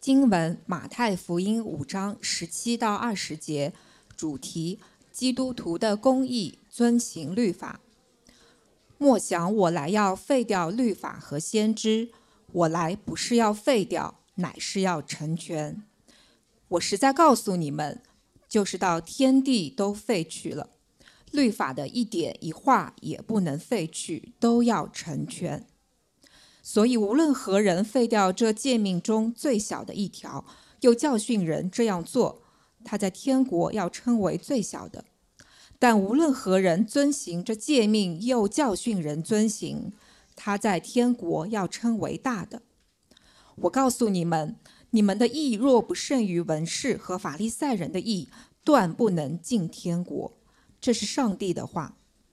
经文马太福音5章17到20节，主题：基督徒的公义，遵行律法。莫想我来要废掉律法和先知，我来不是要废掉，乃是要成全。我实在告诉你们，就是到天地都废去了，律法的一点一画也不能废去，都要成全。所以无论何人废掉这诫命中最小的一条，又教训人这样做，他在天国要称为最小的；但无论何人遵行这诫命，又教训人遵行，他在天国要称为大的。我告诉你们，你们的义若不胜于文士和法利赛人的义，断不能进天国。这是上帝的话。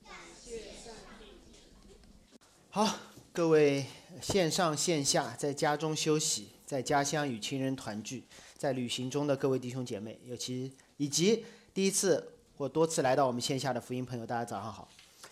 好，各位线上线下在家中休息，在家乡与亲人团聚，在旅行中的各位弟兄姐妹，以及第一次或多次来到我们线下的福音朋友，大家早上好。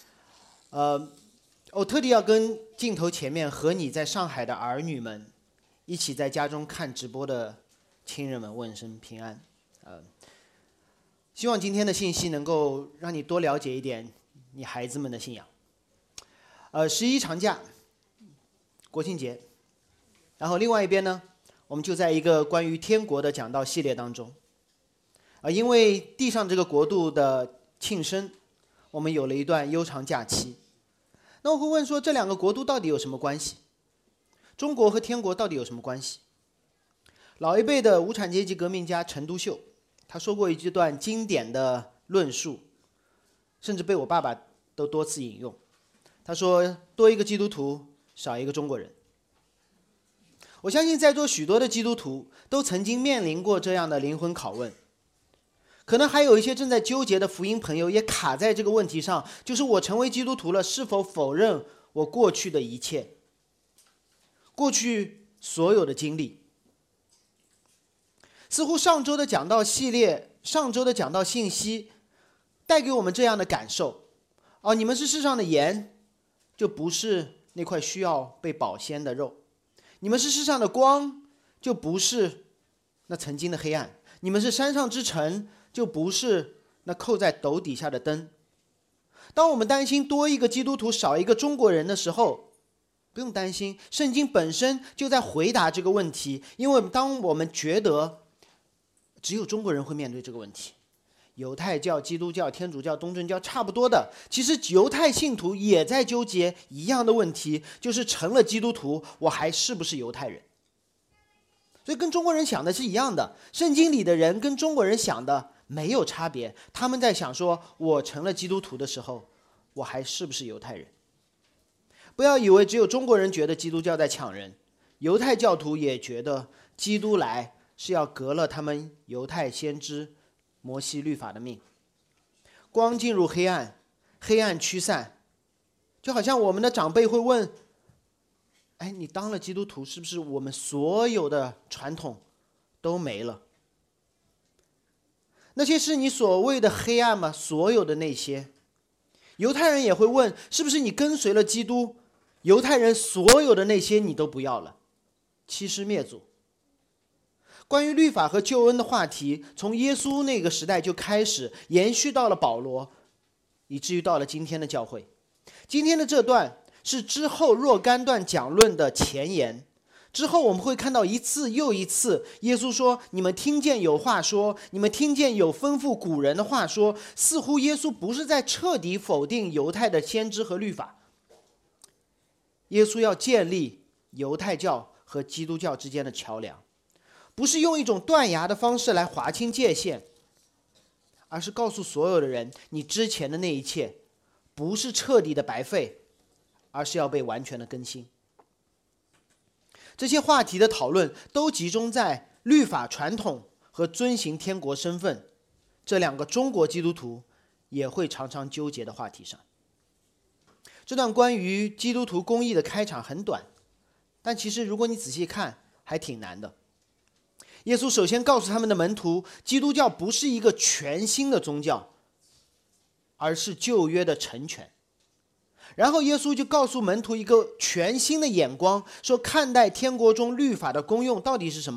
我特地要跟镜头前面和你在上海的儿女们一起在家中看直播的亲人们问声平安。希望今天的信息能够让你多了解一点你孩子们的信仰。11长假，国庆节，然后另外一边呢，我们就在一个关于天国的讲道系列当中。因为地上这个国度的庆生，我们有了一段悠长假期。那我会问说，这两个国度到底有什么关系？中国和天国到底有什么关系？老一辈的无产阶级革命家陈独秀，他说过一段经典的论述，甚至被我爸爸都多次引用。他说，多一个基督徒，少一个中国人。我相信在座许多的基督徒都曾经面临过这样的灵魂拷问，可能还有一些正在纠结的福音朋友也卡在这个问题上，就是我成为基督徒了，是否否认我过去的一切，过去所有的经历。似乎上周的讲道系列，上周的讲道信息带给我们这样的感受：你们是世上的盐，就不是那块需要被保鲜的肉；你们是世上的光，就不是那曾经的黑暗；你们是山上之尘，就不是那扣在斗底下的灯。当我们担心多一个基督徒少一个中国人的时候，不用担心，圣经本身就在回答这个问题。因为当我们觉得只有中国人会面对这个问题，犹太教、基督教、天主教、东正教差不多的，其实犹太信徒也在纠结一样的问题，就是成了基督徒，我还是不是犹太人？所以跟中国人想的是一样的，圣经里的人跟中国人想的没有差别。他们在想说，我成了基督徒的时候，我还是不是犹太人？不要以为只有中国人觉得基督教在抢人，犹太教徒也觉得基督来是要革了他们犹太先知摩西律法的命。光进入黑暗，黑暗驱散，就好像我们的长辈会问，你当了基督徒，是不是我们所有的传统都没了？那些是你所谓的黑暗吗？所有的那些。犹太人也会问，是不是你跟随了基督，犹太人所有的那些你都不要了，欺师灭祖？关于律法和救恩的话题，从耶稣那个时代就开始延续到了保罗，以至于到了今天的教会。今天的这段是之后若干段讲论的前言。之后我们会看到一次又一次，耶稣说，你们听见有话说，你们听见有吩咐古人的话说，似乎耶稣不是在彻底否定犹太的先知和律法。耶稣要建立犹太教和基督教之间的桥梁，不是用一种断崖的方式来划清界限，而是告诉所有的人，你之前的那一切不是彻底的白费，而是要被完全的更新。这些话题的讨论都集中在律法传统和遵行天国身份这两个中国基督徒也会常常纠结的话题上。这段关于基督徒公义的开场很短，但其实如果你仔细看还挺难的。耶稣首先告诉他们的门徒，基督教不是一个全新的宗教，而是旧约的成全。然后耶稣就告诉门徒一个全新的眼光，说看待天国中律法的功用到底是什么？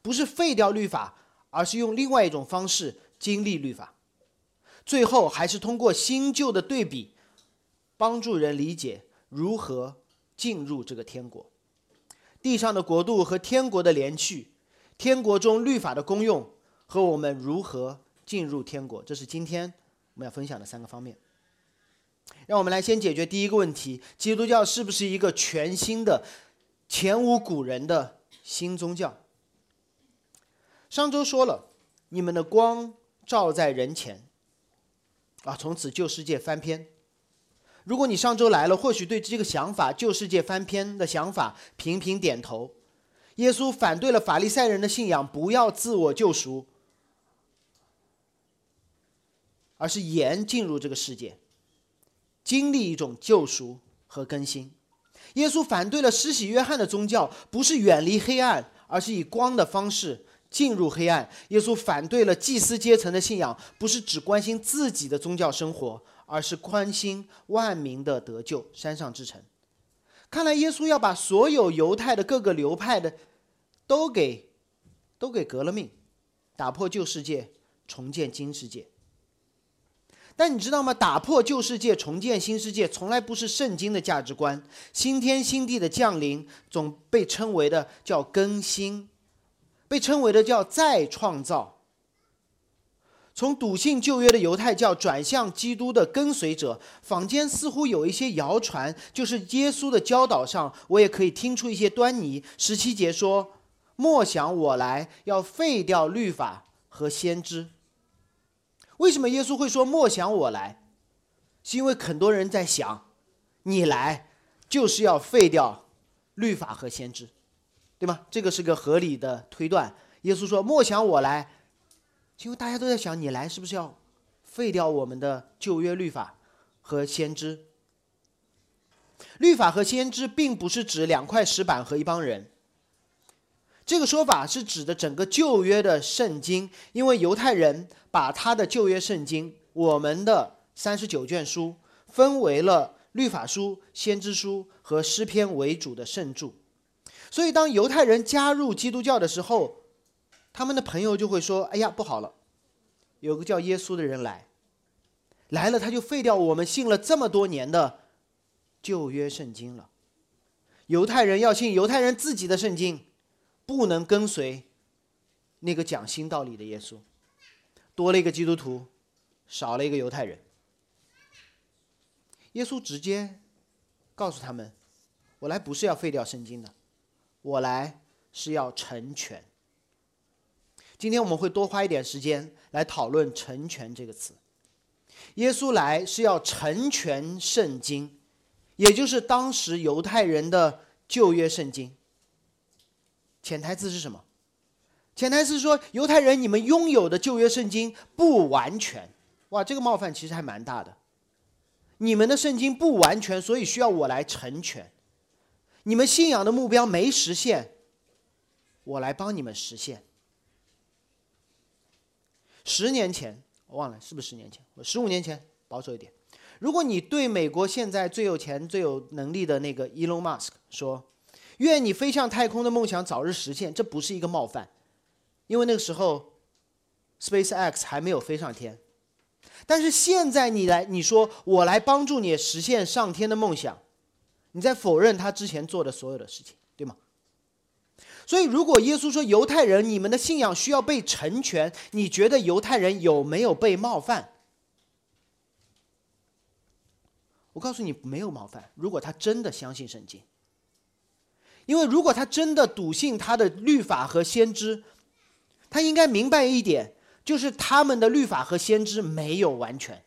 不是废掉律法，而是用另外一种方式经历律法。最后还是通过新旧的对比，帮助人理解如何进入这个天国。地上的国度和天国的连续，天国中律法的功用和我们如何进入天国，这是今天我们要分享的3个方面。让我们来先解决第一个问题：基督教是不是一个全新的、前无古人的新宗教？上周说了，你们的光照在人前，从此旧世界翻篇。如果你上周来了，或许对这个想法，旧世界翻篇的想法频频点头。耶稣反对了法利赛人的信仰，不要自我救赎，而是盐进入这个世界，经历一种救赎和更新。耶稣反对了施洗约翰的宗教，不是远离黑暗，而是以光的方式进入黑暗。耶稣反对了祭司阶层的信仰，不是只关心自己的宗教生活，而是关心万民的得救，山上之城。看来耶稣要把所有犹太的各个流派的都给革了命，打破旧世界，重建新世界。但你知道吗？打破旧世界，重建新世界，从来不是圣经的价值观。新天新地的降临，总被称为的叫更新，被称为的叫再创造。从笃信旧约的犹太教转向基督的跟随者，坊间似乎有一些谣传，就是耶稣的教导上，我也可以听出一些端倪。17节说：莫想我来要废掉律法和先知。为什么耶稣会说莫想我来？是因为很多人在想，你来就是要废掉律法和先知，对吗？这个是个合理的推断。耶稣说莫想我来，因为大家都在想，你来是不是要废掉我们的旧约律法和先知？律法和先知并不是指2块石板和一帮人，这个说法是指的整个旧约的圣经，因为犹太人把他的旧约圣经，我们的39卷书，分为了律法书、先知书和诗篇为主的圣著。所以当犹太人加入基督教的时候，他们的朋友就会说，哎呀，不好了，有个叫耶稣的人来了，他就废掉我们信了这么多年的旧约圣经了。犹太人要信犹太人自己的圣经，不能跟随那个讲新道理的耶稣。多了一个基督徒，少了一个犹太人。耶稣直接告诉他们，我来不是要废掉圣经的，我来是要成全。今天我们会多花一点时间来讨论成全这个词。耶稣来是要成全圣经，也就是当时犹太人的旧约圣经。潜台词是什么？潜台词是说，犹太人你们拥有的旧约圣经不完全。哇，这个冒犯其实还蛮大的。你们的圣经不完全，所以需要我来成全。你们信仰的目标没实现，我来帮你们实现。10年前，我忘了是不是10年前，15年前，保守一点。如果你对美国现在最有钱、最有能力的那个 Elon Musk 说，愿你飞向太空的梦想早日实现，这不是一个冒犯，因为那个时候 SpaceX 还没有飞上天。但是现在你说我来帮助你实现上天的梦想，你在否认他之前做的所有的事情，对吗？所以如果耶稣说犹太人你们的信仰需要被成全，你觉得犹太人有没有被冒犯？我告诉你，没有冒犯。如果他真的相信圣经，因为如果他真的笃信他的律法和先知，他应该明白一点，就是他们的律法和先知没有完全。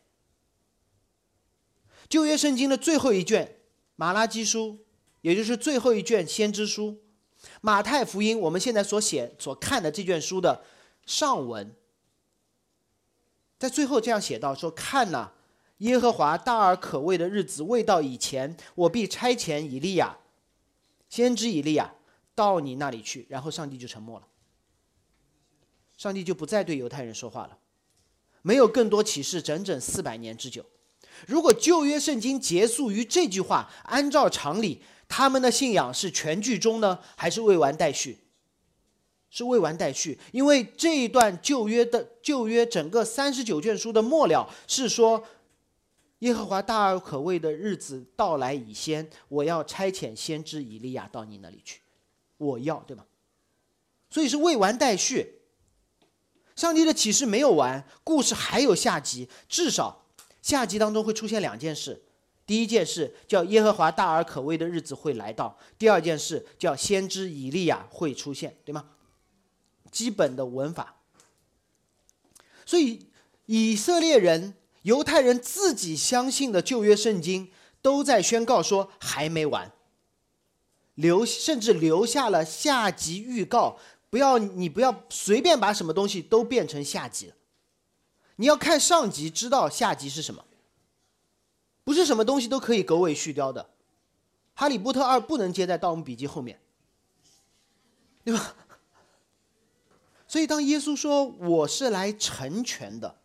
旧约圣经的最后一卷马拉基书，也就是最后一卷先知书，马太福音，我们现在所看的这卷书的上文，在最后这样写到说，看哪，耶和华大而可畏的日子未到以前，我必差遣以利亚，先知以利亚到你那里去。然后上帝就沉默了，上帝就不再对犹太人说话了，没有更多启示整整400年之久。如果旧约圣经结束于这句话，按照常理，他们的信仰是全剧终呢，还是未完待续？ 是未完待续，因为这一段旧约整个39卷书的末了是说，耶和华大而可畏的日子到来以先，我要差遣先知以利亚到你那里去，我要，对吗？所以是未完待续。上帝的启示没有完，故事还有下集，至少下集当中会出现2件事。第一件事叫耶和华大而可畏的日子会来到，第二件事叫先知以利亚会出现，对吗？基本的文法。所以以色列人、犹太人自己相信的旧约圣经都在宣告说还没完，甚至留下了下集预告。你不要随便把什么东西都变成下集，你要看上集知道下集是什么，不是什么东西都可以狗尾续貂的。哈利波特2不能接在盗墓笔记后面，对吧？所以当耶稣说我是来成全的，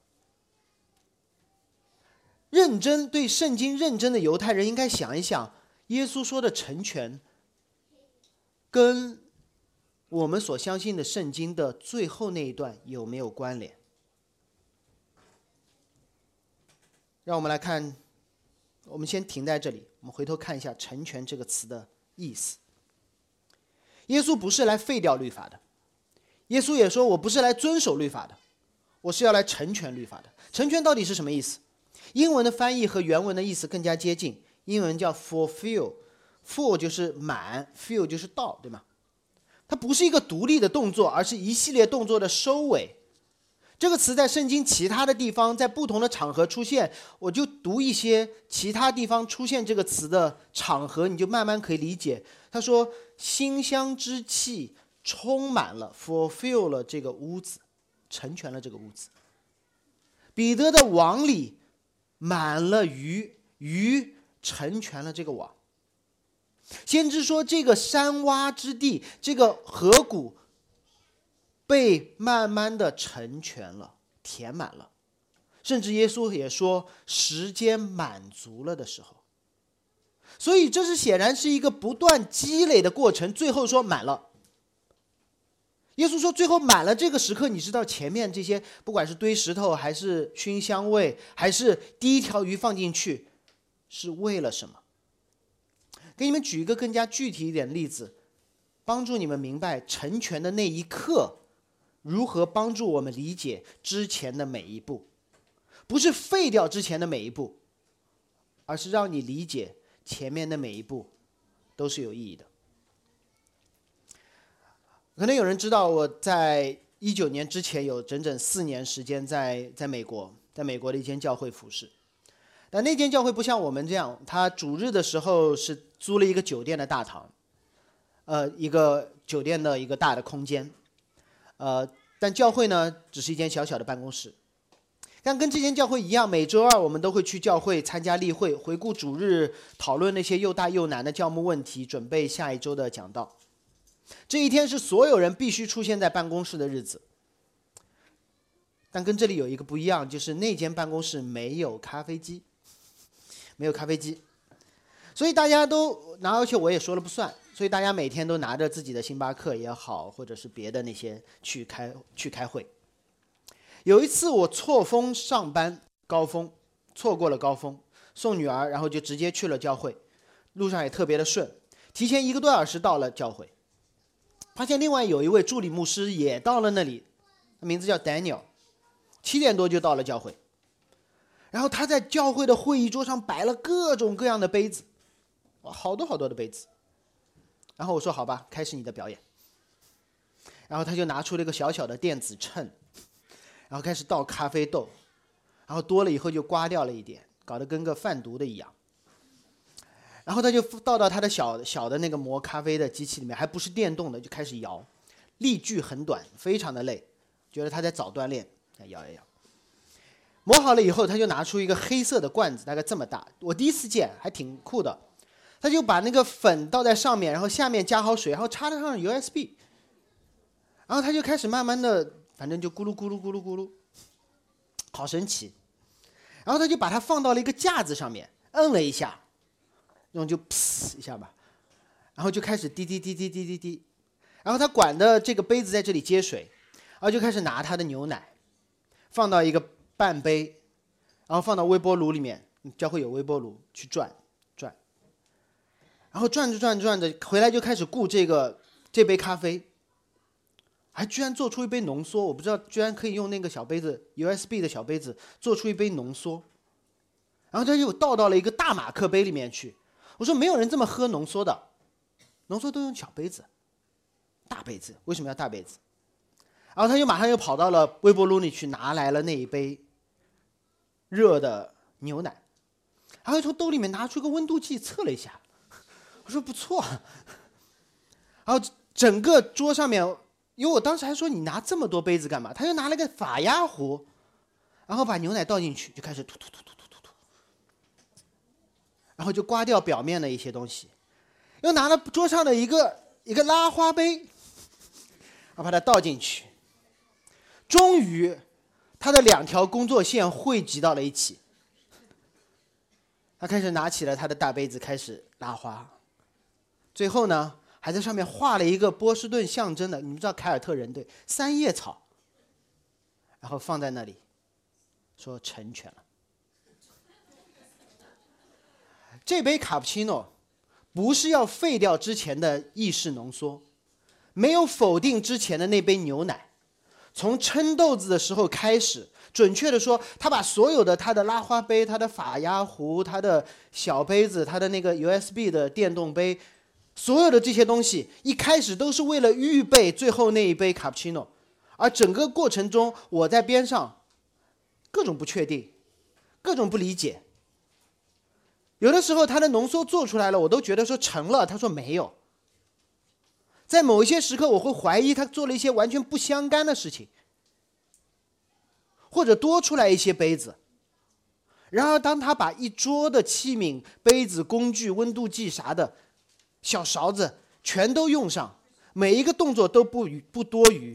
对圣经认真的犹太人应该想一想，耶稣说的成全跟我们所相信的圣经的最后那一段有没有关联？让我们来看，我们先停在这里，我们回头看一下成全这个词的意思。耶稣不是来废掉律法的，耶稣也说我不是来遵守律法的，我是要来成全律法的。成全到底是什么意思？英文的翻译和原文的意思更加接近，英文叫 fulfill，full 就是满， fill 就是到，对吗？它不是一个独立的动作，而是一系列动作的收尾。这个词在圣经其他的地方在不同的场合出现，我就读一些其他地方出现这个词的场合，你就慢慢可以理解。他说馨香之气充满了 fulfill 了这个屋子，成全了这个屋子。彼得的网里满了鱼，鱼成全了这个网。先知说这个山洼之地，这个河谷被慢慢的成全了，填满了。甚至耶稣也说时间满足了的时候。所以这显然是一个不断积累的过程，最后说满了。耶稣说最后满了这个时刻，你知道前面这些不管是堆石头还是熏香味还是第一条鱼放进去是为了什么？给你们举一个更加具体一点的例子，帮助你们明白成全的那一刻如何帮助我们理解之前的每一步。不是废掉之前的每一步，而是让你理解前面的每一步都是有意义的。可能有人知道我在19年之前有整整4年时间在美国的一间教会服侍。但那间教会不像我们这样，他主日的时候是租了一个酒店的大堂，一个酒店的一个大的空间，但教会呢只是一间小小的办公室。但跟这间教会一样，每周2我们都会去教会参加例会，回顾主日，讨论那些又大又难的教牧问题，准备下一周的讲道。这一天是所有人必须出现在办公室的日子。但跟这里有一个不一样，就是那间办公室没有咖啡机。所以大家都拿，而且我也说了不算，所以大家每天都拿着自己的星巴克也好，或者是别的那些去开会。有一次我错峰上班高峰，错过了高峰，送女儿，然后就直接去了教会，路上也特别的顺，提前1个多小时到了教会，发现另外有一位助理牧师也到了那里，名字叫 Daniel，7点多就到了教会。然后他在教会的会议桌上摆了各种各样的杯子，哇，好多好多的杯子。然后我说好吧，开始你的表演。然后他就拿出了一个小小的电子秤，然后开始倒咖啡豆，然后多了以后就刮掉了一点，搞得跟个贩毒的一样。然后他就倒到他的小的那个磨咖啡的机器里面，还不是电动的，就开始摇，力距很短，非常的累，觉得他在早锻炼，摇。磨好了以后，他就拿出一个黑色的罐子，大概这么大，我第一次见，还挺酷的。他就把那个粉倒在上面，然后下面加好水，然后插得上 USB， 然后他就开始慢慢的，反正就咕噜咕噜咕噜咕噜，好神奇。然后他就把它放到了一个架子上面，摁了一下，那种就噗一下吧，然后就开始滴滴滴滴滴滴滴， 然后他管的这个杯子在这里接水，然后就开始拿他的牛奶放到一个半杯，然后放到微波炉里面，教会有微波炉去转，然后转着回来就开始顾这杯咖啡，还居然做出一杯浓缩，我不知道居然可以用那个小杯子 USB 的小杯子做出一杯浓缩，然后他又倒到了一个大马克杯里面去。我说没有人这么喝浓缩的，浓缩都用小杯子，大杯子为什么要大杯子？然后他马上又跑到了微波炉里去拿来了那一杯热的牛奶，然后从兜里面拿出个温度计测了一下，我说不错。然后整个桌上面，因为我当时还说你拿这么多杯子干嘛，他就拿了个法压壶，然后把牛奶倒进去就开始吐，然后就刮掉表面的一些东西，又拿了桌上的一个拉花杯，然后把它倒进去，终于他的2条工作线汇集到了一起，他开始拿起了他的大杯子开始拉花，最后呢还在上面画了一个波士顿象征的，你们知道凯尔特人对3叶草，然后放在那里说成全了。这杯卡布奇诺不是要废掉之前的意式浓缩，没有否定之前的那杯牛奶，从称豆子的时候开始，准确的说，他把所有的他的拉花杯、他的法压壶、他的小杯子、他的那个 USB 的电动杯，所有的这些东西一开始都是为了预备最后那一杯卡布奇诺，而整个过程中我在边上各种不确定，各种不理解。有的时候他的浓缩做出来了，我都觉得说成了，他说没有。在某一些时刻我会怀疑他做了一些完全不相干的事情，或者多出来一些杯子。然而当他把一桌的器皿、杯子、工具、温度计啥的小勺子全都用上，每一个动作都不多余。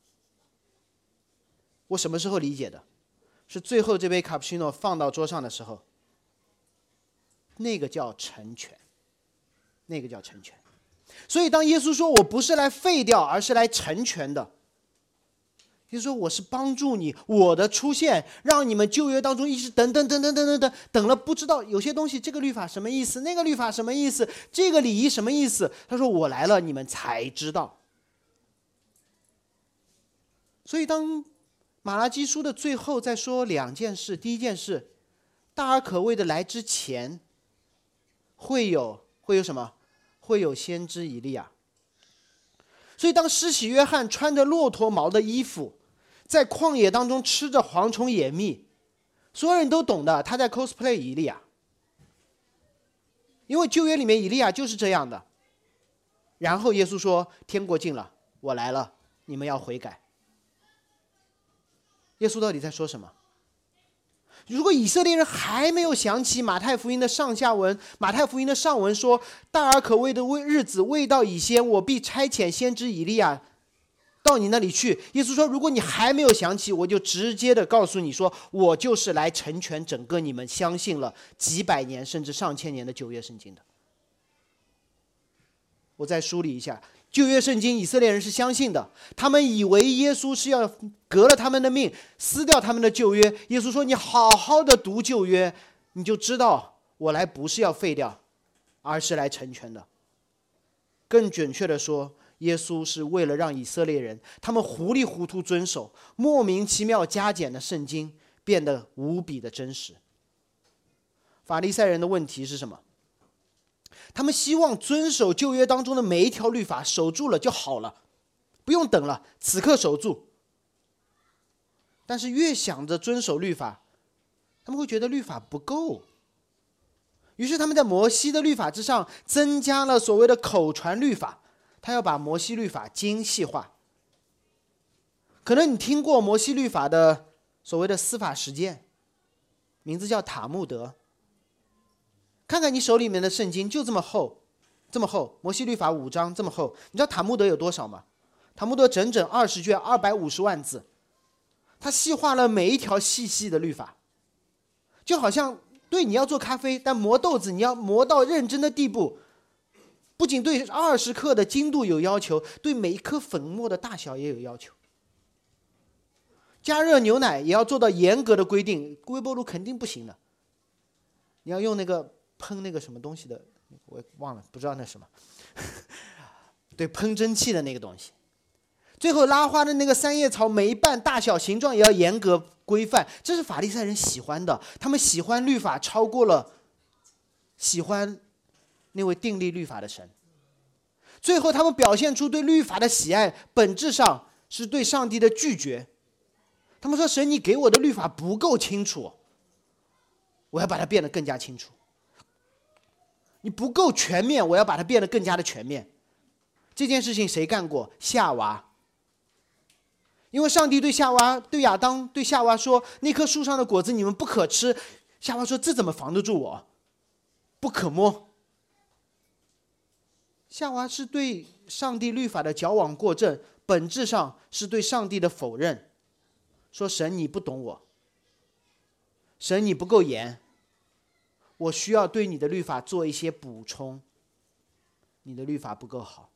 我什么时候理解的？是最后这杯卡布奇诺放到桌上的时候，那个叫成全，那个叫成全。所以当耶稣说我不是来废掉，而是来成全的，耶稣说我是帮助你，我的出现让你们旧约当中一直等了不知道有些东西，这个律法什么意思，那个律法什么意思，这个礼仪什么意思，他说我来了你们才知道。所以当马拉基书的最后再说2件事，第一件事，大而可畏的来之前会有什么？会有先知以利亚。所以当施洗约翰穿着骆驼毛的衣服在旷野当中吃着蝗虫野蜜，所有人都懂的，他在 cosplay 以利亚，因为旧约里面以利亚就是这样的。然后耶稣说天国近了，我来了，你们要悔改。耶稣到底在说什么？如果以色列人还没有想起马太福音的上下文，马太福音的上文说大而可畏的日子未到以先，我必差遣先知以利亚到你那里去。耶稣说如果你还没有想起，我就直接的告诉你说，我就是来成全整个你们相信了几百年甚至上千年的旧约圣经的。我再梳理一下，旧约圣经以色列人是相信的，他们以为耶稣是要革了他们的命，撕掉他们的旧约。耶稣说你好好的读旧约，你就知道我来不是要废掉，而是来成全的。更准确的说，耶稣是为了让以色列人他们糊里糊涂遵守莫名其妙加减的圣经变得无比的真实。法利赛人的问题是什么？他们希望遵守旧约当中的每一条律法，守住了就好了，不用等了，此刻守住。但是越想着遵守律法，他们会觉得律法不够，于是他们在摩西的律法之上增加了所谓的口传律法，他要把摩西律法精细化。可能你听过摩西律法的所谓的司法实践，名字叫塔木德。看看你手里面的圣经，就这么厚，这么厚，摩西律法5章这么厚。你知道塔木德有多少吗？塔木德整整20卷，250万字，他细化了每一条细细的律法，就好像对你要做咖啡，但磨豆子你要磨到认真的地步， 不仅对20克的精度有要求，对每一颗粉末的大小也有要求。加热牛奶也要做到严格的规定，微波炉肯定不行的。你要用那个喷那个什么东西的，我忘了，不知道那什么。对，喷蒸汽的那个东西。最后拉花的那个三叶草，每一瓣大小形状也要严格规范，这是法利赛人喜欢的。他们喜欢律法超过了喜欢那位订立律法的神。最后他们表现出对律法的喜爱，本质上是对上帝的拒绝。他们说，神你给我的律法不够清楚，我要把它变得更加清楚。你不够全面，我要把它变得更加的全面。这件事情谁干过？夏娃。因为上帝对亚当对夏娃说，那棵树上的果子你们不可吃。夏娃说，这怎么防得住我？不可摸。夏娃是对上帝律法的矫枉过正，本质上是对上帝的否认，说神你不懂我，神你不够严，我需要对你的律法做一些补充，你的律法不够好。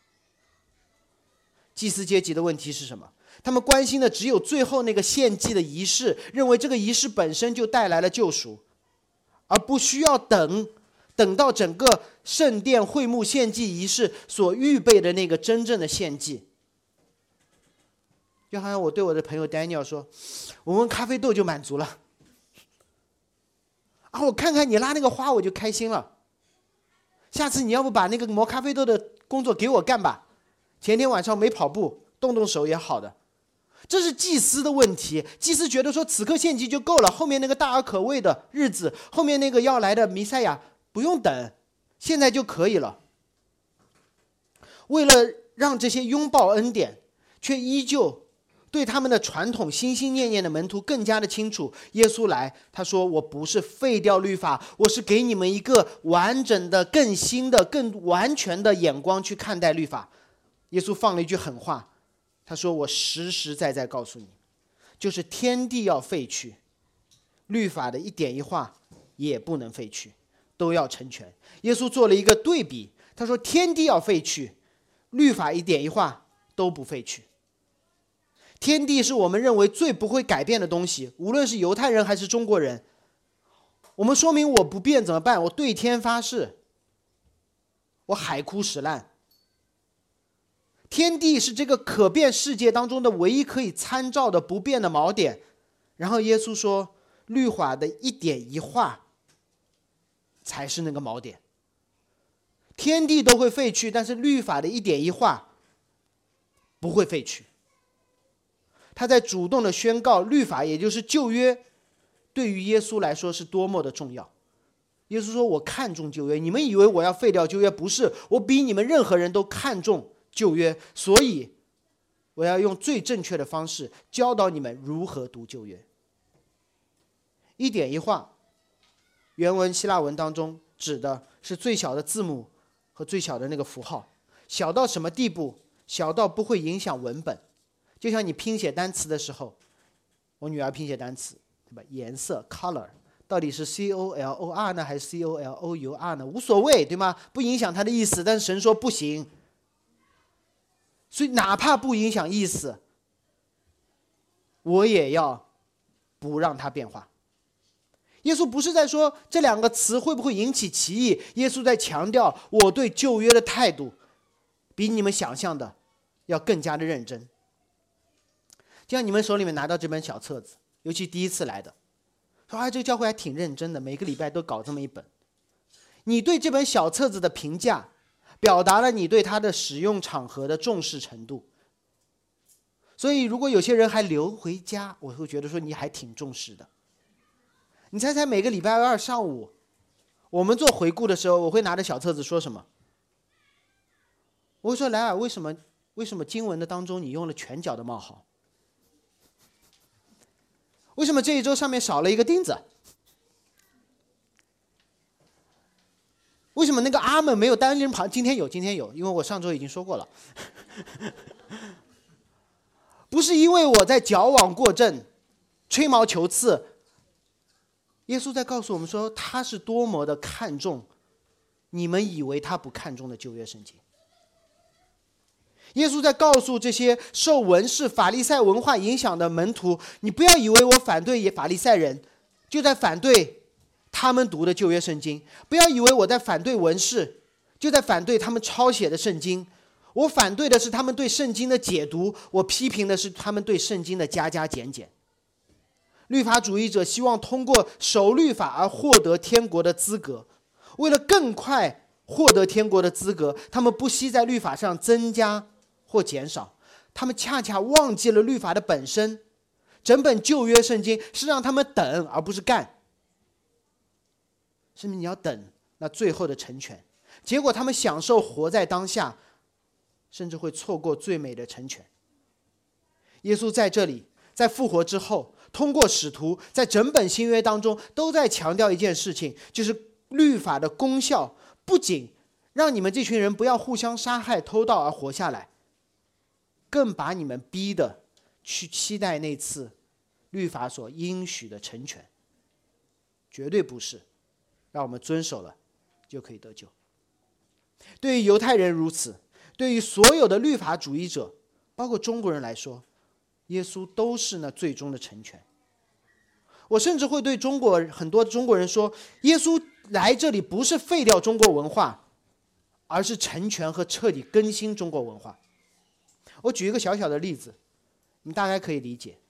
祭司阶级的问题是什么？他们关心的只有最后那个献祭的仪式，认为这个仪式本身就带来了救赎，而不需要等到整个圣殿会幕献祭仪式所预备的那个真正的献祭。就好像我对我的朋友 Daniel 说，我闻咖啡豆就满足了啊，我看看你拉那个花我就开心了，下次你要不把那个磨咖啡豆的工作给我干吧，前天晚上没跑步，动动手也好的。这是祭司的问题，祭司觉得说此刻献祭就够了，后面那个大而可畏的日子，后面那个要来的弥赛亚不用等，现在就可以了。为了让这些拥抱恩典，却依旧对他们的传统心心念念的门徒更加的清楚，耶稣来，他说我不是废掉律法，我是给你们一个完整的、更新的、更完全的眼光去看待律法。耶稣放了一句狠话，他说我实实在在告诉你，就是天地要废去，律法的一点一画也不能废去，都要成全。耶稣做了一个对比，他说天地要废去，律法一点一画都不废去。天地是我们认为最不会改变的东西，无论是犹太人还是中国人。我们说明我不变怎么办？我对天发誓，我海枯石烂。天地是这个可变世界当中的唯一可以参照的不变的锚点。然后耶稣说，律法的一点一画才是那个锚点。天地都会废去，但是律法的一点一画不会废去。他在主动的宣告，律法也就是旧约对于耶稣来说是多么的重要。耶稣说，我看重旧约，你们以为我要废掉旧约，不是，我比你们任何人都看重旧约，所以我要用最正确的方式教导你们如何读旧约。一点一画，原文希腊文当中指的是最小的字母和最小的那个符号，小到什么地步？小到不会影响文本。就像你拼写单词的时候，我女儿拼写单词，对吧？颜色 color 到底是 color 呢还是 color 呢？无所谓，对吗？不影响它的意思，但是神说不行。所以哪怕不影响意思，我也要不让它变化。耶稣不是在说这两个词会不会引起歧义，耶稣在强调我对旧约的态度比你们想象的要更加的认真。就像你们手里面拿到这本小册子，尤其第一次来的，说这个教会还挺认真的，每个礼拜都搞这么一本。你对这本小册子的评价表达了你对它的使用场合的重视程度。所以如果有些人还留回家，我会觉得说你还挺重视的。你猜猜每个礼拜二上午我们做回顾的时候，我会拿着小册子说什么？我会说，莱尔，为什么经文的当中你用了全角的冒号？为什么这一周上面少了一个钉子？为什么那个阿门没有单人旁？今天有，因为我上周已经说过了。不是因为我在矫枉过正、吹毛求疵。耶稣在告诉我们说，他是多么的看重你们以为他不看重的旧约圣经。耶稣在告诉这些受文士法利赛文化影响的门徒，你不要以为我反对法利赛人就在反对他们读的旧约圣经，不要以为我在反对文士就在反对他们抄写的圣经。我反对的是他们对圣经的解读，我批评的是他们对圣经的加加减减。律法主义者希望通过守律法而获得天国的资格，为了更快获得天国的资格，他们不惜在律法上增加或减少，他们恰恰忘记了律法的本身。整本旧约圣经是让他们等而不是干，是你要等那最后的成全，结果他们享受活在当下，甚至会错过最美的成全。耶稣在这里，在复活之后，通过使徒，在整本新约当中都在强调一件事情，就是律法的功效不仅让你们这群人不要互相杀害偷盗而活下来，更把你们逼的去期待那次律法所应许的成全，绝对不是让我们遵守了就可以得救。对于犹太人如此，对于所有的律法主义者，包括中国人来说，耶稣都是那最终的成全。我甚至会对很多中国人说，耶稣来这里不是废掉中国文化，而是成全和彻底更新中国文化。我举一个小小的例子，你大概可以理解。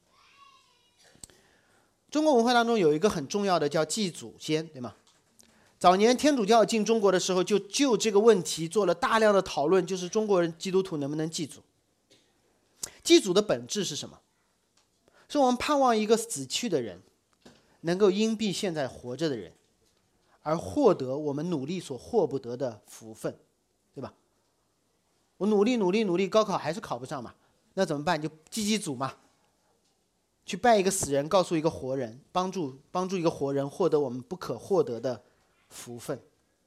中国文化当中有一个很重要的叫祭祖先，对吗？早年天主教进中国的时候，就这个问题做了大量的讨论，就是中国人基督徒能不能祭祖。祭祖的本质是什么？是我们盼望一个死去的人能够因避现在活着的人，而获得我们努力所获不得的福分，对吧？我努力，高考还是考不上嘛，那怎么办？就祭祖嘛，去拜一个死人，告诉一个活人，帮助一个活人获得我们不可获得的福分。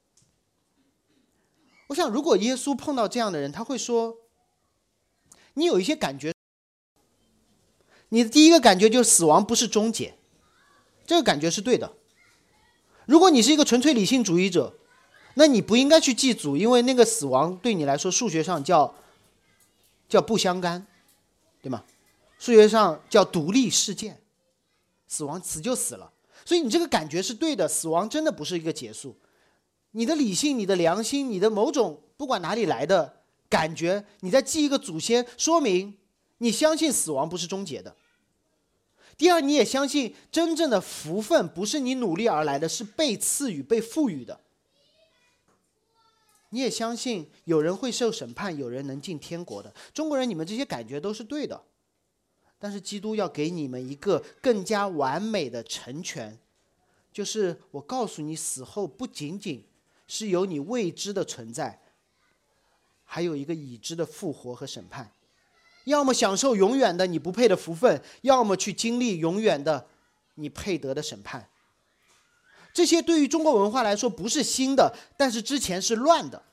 我想，如果耶稣碰到这样的人，他会说：你有一些感觉，你的第一个感觉就是死亡不是终结，这个感觉是对的。如果你是一个纯粹理性主义者，那你不应该去祭祖，因为那个死亡对你来说数学上叫不相干，对吗？数学上叫独立事件，死就死了。所以你这个感觉是对的，死亡真的不是一个结束。你的理性、你的良心、你的某种不管哪里来的感觉，你在祭一个祖先，说明你相信死亡不是终结的。第二，你也相信真正的福分不是你努力而来的，是被赐予、被赋予的。你也相信有人会受审判，有人能进天国的。中国人，你们这些感觉都是对的，但是基督要给你们一个更加完美的成全，就是我告诉你，死后不仅仅是有你未知的存在，还有一个已知的复活和审判。要么享受永远的你不配的福分，要么去经历永远的你配得的审判。这些对于中国文化来说不是新的，但是之前是乱的。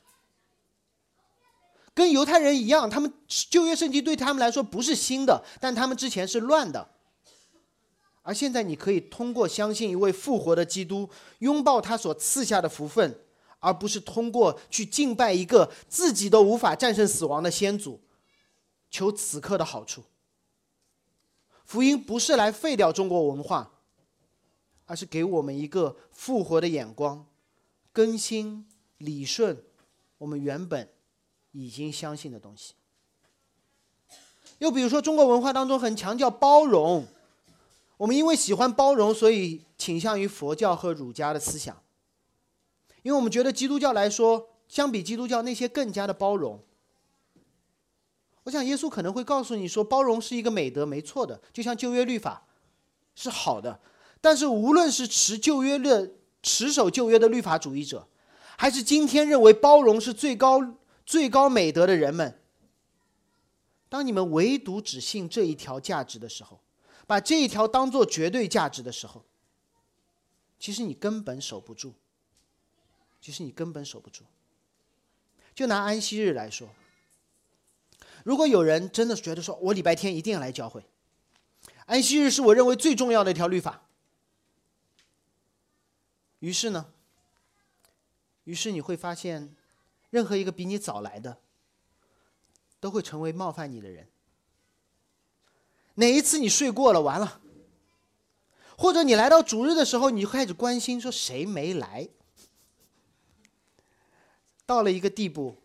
跟犹太人一样，他们旧约圣经对他们来说不是新的，但他们之前是乱的。而现在你可以通过相信一位复活的基督，拥抱他所赐下的福分，而不是通过去敬拜一个自己都无法战胜死亡的先祖，求此刻的好处。福音不是来废掉中国文化，而是给我们一个复活的眼光，更新理顺我们原本已经相信的东西。又比如说，中国文化当中很强调包容，我们因为喜欢包容，所以倾向于佛教和儒家的思想。因为我们觉得基督教来说，相比基督教那些更加的包容。我想耶稣可能会告诉你说，包容是一个美德，没错的，就像旧约律法是好的。但是无论是持守旧约的律法主义者，还是今天认为包容是最高美德的人们，当你们唯独只信这一条价值的时候，把这一条当作绝对价值的时候，其实你根本守不住。就拿安息日来说，如果有人真的觉得说，我礼拜天一定要来教会，安息日是我认为最重要的一条律法，于是于是你会发现，任何一个比你早来的，都会成为冒犯你的人。哪一次你睡过了，完了。或者你来到主日的时候，你就开始关心说谁没来。到了一个地步，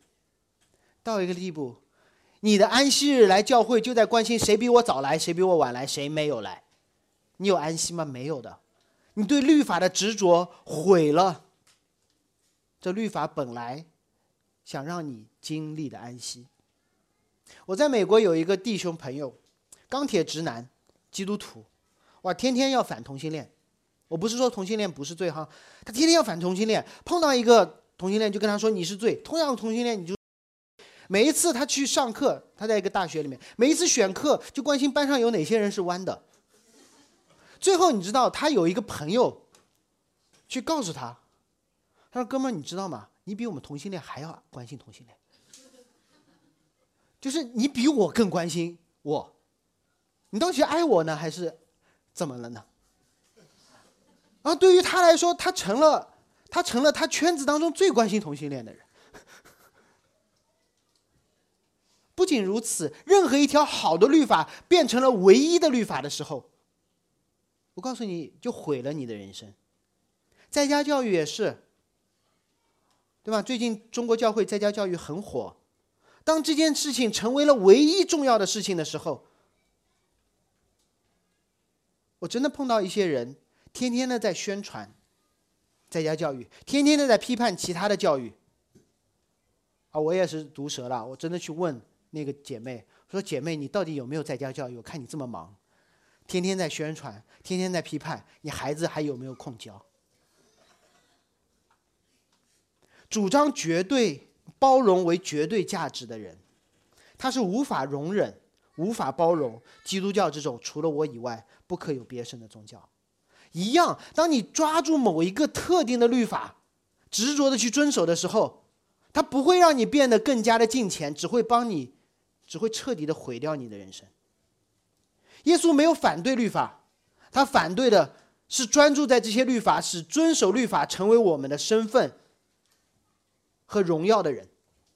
你的安息日来教会就在关心谁比我早来，谁比我晚来，谁没有来。你有安息吗？没有的。你对律法的执着毁了这律法本来想让你经历的安息。我在美国有一个弟兄朋友，钢铁直男，基督徒，哇，天天要反同性恋。我不是说同性恋不是罪哈，他天天要反同性恋，碰到一个同性恋就跟他说你是罪，同样的同性恋你就。每一次他去上课，他在一个大学里面，每一次选课就关心班上有哪些人是弯的。最后你知道他有一个朋友去告诉他，他说哥们儿你知道吗，你比我们同性恋还要关心同性恋，就是你比我更关心我，你到底是爱我呢还是怎么了呢？然后对于他来说，他成了他圈子当中最关心同性恋的人。不仅如此，任何一条好的律法变成了唯一的律法的时候，我告诉你就毁了你的人生。在家教育也是，对吧？最近中国教会在家教育很火，当这件事情成为了唯一重要的事情的时候，我真的碰到一些人天天的在宣传在家教育，天天的在批判其他的教育。我也是毒舌了，我真的去问那个姐妹说，姐妹你到底有没有在家教育？我看你这么忙，天天在宣传，天天在批判，你孩子还有没有空教？主张绝对包容为绝对价值的人，他是无法容忍、无法包容基督教这种除了我以外不可有别神的宗教。一样，当你抓住某一个特定的律法，执着的去遵守的时候，它不会让你变得更加的敬虔，只会彻底的毁掉你的人生。耶稣没有反对律法，他反对的是专注在这些律法，使遵守律法成为我们的身份和荣耀的人。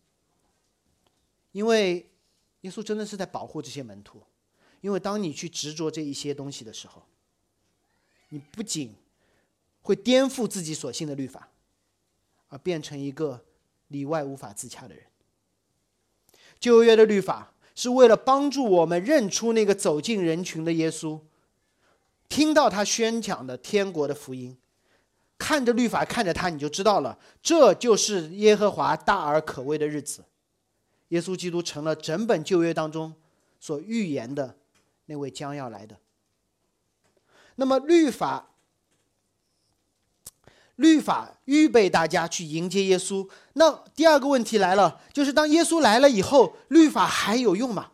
因为耶稣真的是在保护这些门徒，因为当你去执着这一些东西的时候，你不仅会颠覆自己所信的律法，而变成一个里外无法自洽的人。旧约的律法是为了帮助我们认出那个走进人群的耶稣，听到他宣讲的天国的福音，看着律法，看着他，你就知道了，这就是耶和华大而可畏的日子。耶稣基督成了整本旧约当中所预言的那位将要来的。那么律法预备大家去迎接耶稣。那第二个问题来了，就是当耶稣来了以后，律法还有用吗？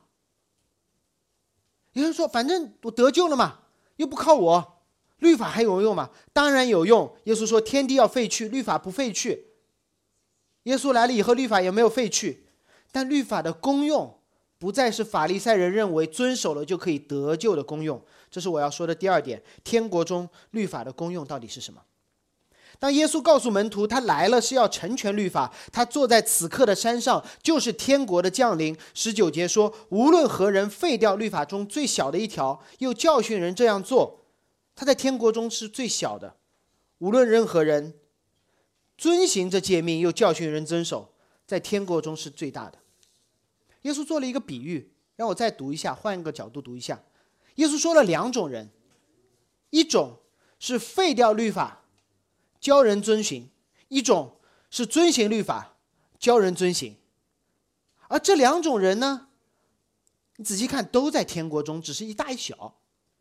有人说反正我得救了嘛，又不靠我，律法还有用吗？当然有用。耶稣说天地要废去，律法不废去。耶稣来了以后，律法也没有废去，但律法的功用不再是法利赛人认为遵守了就可以得救的功用。这是我要说的第二点，天国中律法的功用到底是什么？当耶稣告诉门徒他来了是要成全律法，他坐在此刻的山上就是天国的降临。19节说，无论何人废掉律法中最小的一条，又教训人这样做，他在天国中是最小的。无论任何人遵行这诫命又教训人遵守，在天国中是最大的。耶稣做了一个比喻，让我再读一下，换一个角度读一下。耶稣说了两种人，一种是废掉律法教人遵行，一种是遵行律法教人遵行。而这两种人呢，你仔细看都在天国中，只是一大一小。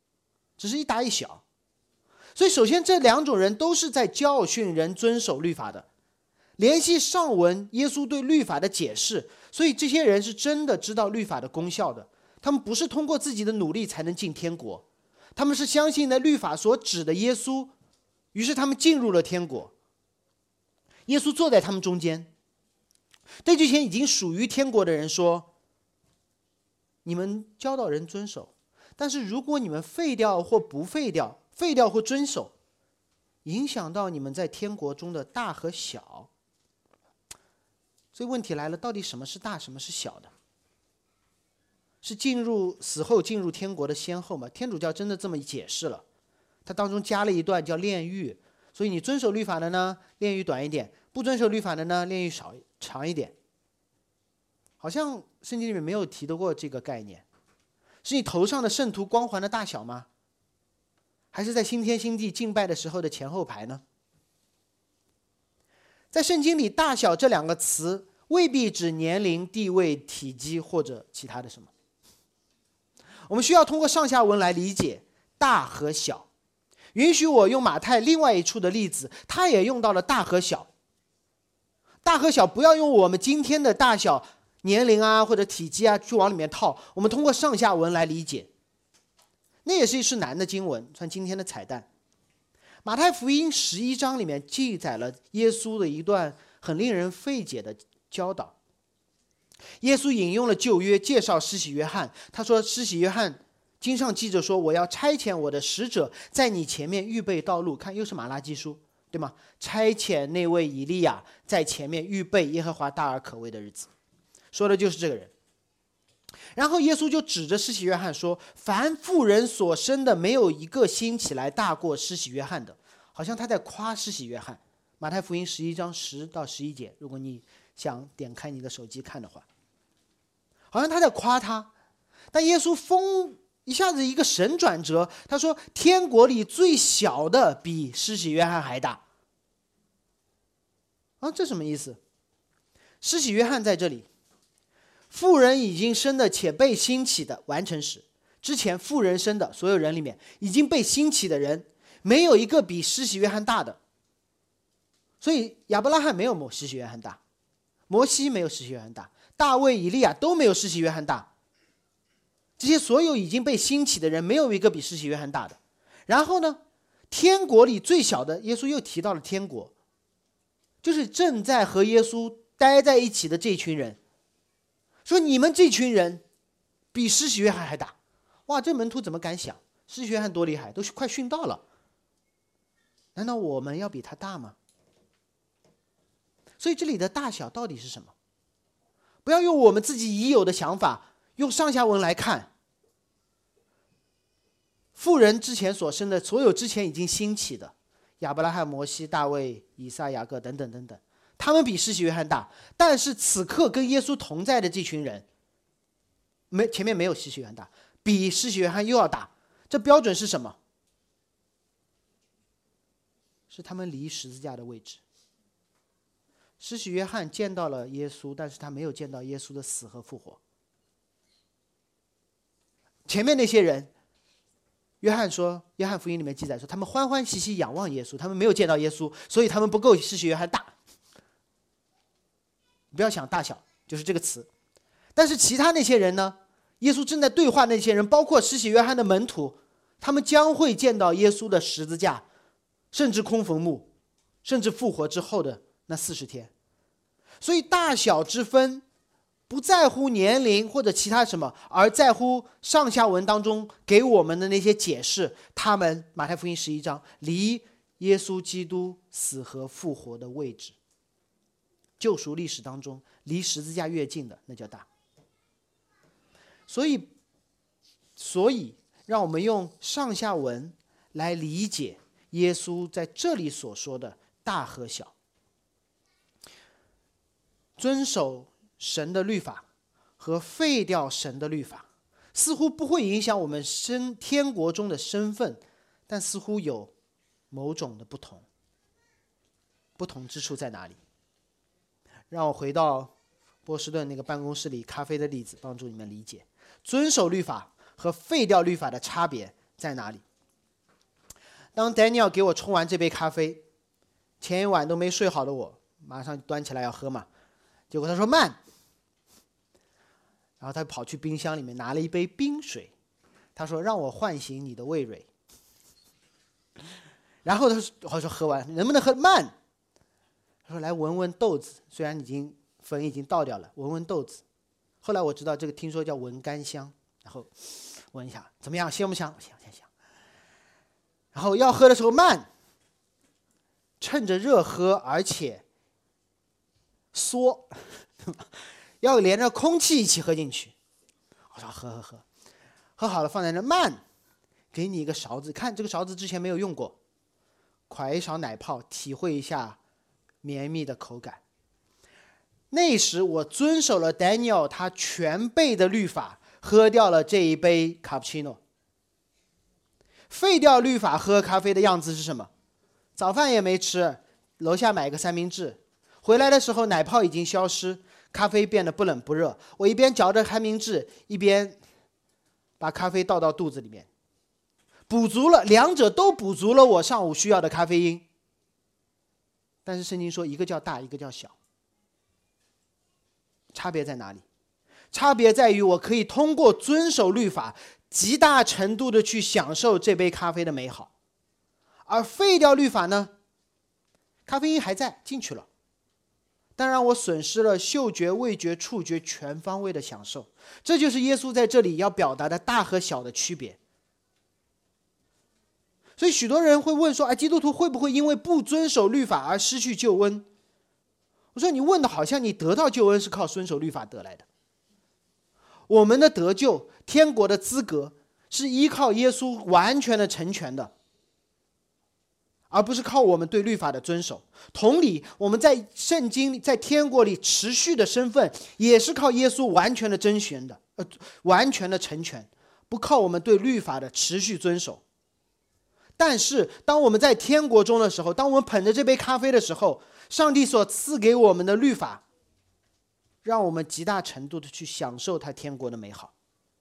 所以首先这两种人都是在教训人遵守律法的。联系上文耶稣对律法的解释，所以这些人是真的知道律法的功效的。他们不是通过自己的努力才能进天国，他们是相信那律法所指的耶稣，于是他们进入了天国。耶稣坐在他们中间，对这些已经属于天国的人说，你们教导人遵守，但是如果你们废掉或不废掉，废掉或遵守，影响到你们在天国中的大和小， 所以问题来了，到底什么是大，什么是小的？是死后进入天国的先后吗？天主教真的这么解释了，它当中加了一段叫炼狱，所以你遵守律法的呢，炼狱短一点；不遵守律法的呢，炼狱长一点。好像圣经里面没有提到过这个概念。是你头上的圣徒光环的大小吗？还是在新天新地敬拜的时候的前后排呢？在圣经里，大小这两个词未必指年龄、地位、体积或者其他的什么。我们需要通过上下文来理解大和小。允许我用马太另外一处的例子，他也用到了大和小。大和小不要用我们今天的大小、年龄啊或者体积啊去往里面套，我们通过上下文来理解。那也是一处难的经文，算今天的彩蛋。马太福音11章里面记载了耶稣的一段很令人费解的教导。耶稣引用了旧约介绍施洗约翰，他说施洗约翰经上记着说，我要差遣我的使者在你前面预备道路。看，又是马拉基书，对吗？差遣那位以利亚在前面预备耶和华大而可畏的日子，说的就是这个人。然后耶稣就指着施洗约翰说，凡妇人所生的没有一个兴起来大过施洗约翰的。好像他在夸施洗约翰。马太福音11章10到11节，如果你想点开你的手机看的话，好像他在夸他。但耶稣一下子一个神转折，他说天国里最小的比施洗约翰还大。这什么意思？施洗约翰在这里，妇人已经生的且被兴起的完成时，之前妇人生的所有人里面已经被兴起的人，没有一个比施洗约翰大的。所以亚伯拉罕没有施洗约翰大，摩西没有施洗约翰大，大卫、以利亚都没有施洗约翰大。这些所有已经被兴起的人，没有一个比施洗约翰大的。然后呢，天国里最小的，耶稣又提到了天国，就是正在和耶稣待在一起的这群人，说你们这群人比施洗约翰还大。哇，这门徒怎么敢想施洗约翰多厉害，都快殉道了，难道我们要比他大吗？所以这里的大小到底是什么？不要用我们自己已有的想法，用上下文来看。妇人之前所生的所有之前已经兴起的亚伯拉罕、摩西、大卫、以撒、雅各等等等等，他们比施洗约翰大。但是此刻跟耶稣同在的这群人，前面没有施洗约翰大，比施洗约翰又要大。这标准是什么？是他们离十字架的位置。施洗约翰见到了耶稣，但是他没有见到耶稣的死和复活。前面那些人，约翰福音里面记载说，他们欢欢喜喜仰望耶稣，他们没有见到耶稣，所以他们不够施洗约翰大。你不要想大小，就是这个词。但是其他那些人呢？耶稣正在对话那些人，包括施洗约翰的门徒，他们将会见到耶稣的十字架，甚至空坟墓，甚至复活之后的那40天。所以大小之分不在乎年龄或者其他什么，而在乎上下文当中给我们的那些解释。他们马太福音11章离耶稣基督死和复活的位置，救赎历史当中离十字架越近的那叫大。所以让我们用上下文来理解耶稣在这里所说的大和小。遵守神的律法和废掉神的律法似乎不会影响我们天国中的身份，但似乎有某种的不同。不同之处在哪里？让我回到波士顿那个办公室里咖啡的例子，帮助你们理解遵守律法和废掉律法的差别在哪里。当 Daniel 给我冲完这杯咖啡，前一晚都没睡好的我马上端起来要喝嘛，结果他说慢，然后他跑去冰箱里面拿了一杯冰水，他说让我唤醒你的味蕾。然后我说喝完能不能喝慢？他说来闻闻豆子，虽然粉已经倒掉了，闻闻豆子。后来我知道这个听说叫闻甘香，然后闻一下怎么样，香不香？香。然后要喝的时候慢，趁着热喝，而且缩， 要连着空气一起喝进去。我说喝好了放在那慢，给你一个勺子，看这个勺子之前没有用过，㧟一勺奶泡，体会一下绵密的口感。那时我遵守了 Daniel 他全备的律法，喝掉了这一杯卡布奇诺。废掉律法喝咖啡的样子是什么？早饭也没吃，楼下买个三明治，回来的时候奶泡已经消失，咖啡变得不冷不热，我一边嚼着三明治，一边把咖啡倒到肚子里面，两者都补足了我上午需要的咖啡因。但是圣经说一个叫大，一个叫小，差别在哪里？差别在于我可以通过遵守律法极大程度的去享受这杯咖啡的美好，而废掉律法呢，咖啡因还在进去了，但让我损失了嗅觉、味觉、触觉全方位的享受。这就是耶稣在这里要表达的大和小的区别。所以许多人会问说，基督徒会不会因为不遵守律法而失去救恩？我说你问的好像你得到救恩是靠遵守律法得来的。我们的得救、天国的资格是依靠耶稣完全的成全的，而不是靠我们对律法的遵守。同理，我们在圣经、在天国里持续的身份，也是靠耶稣完全的甄选的，完全的成全，不靠我们对律法的持续遵守。但是，当我们在天国中的时候，当我们捧着这杯咖啡的时候，上帝所赐给我们的律法，让我们极大程度的去享受他天国的美好。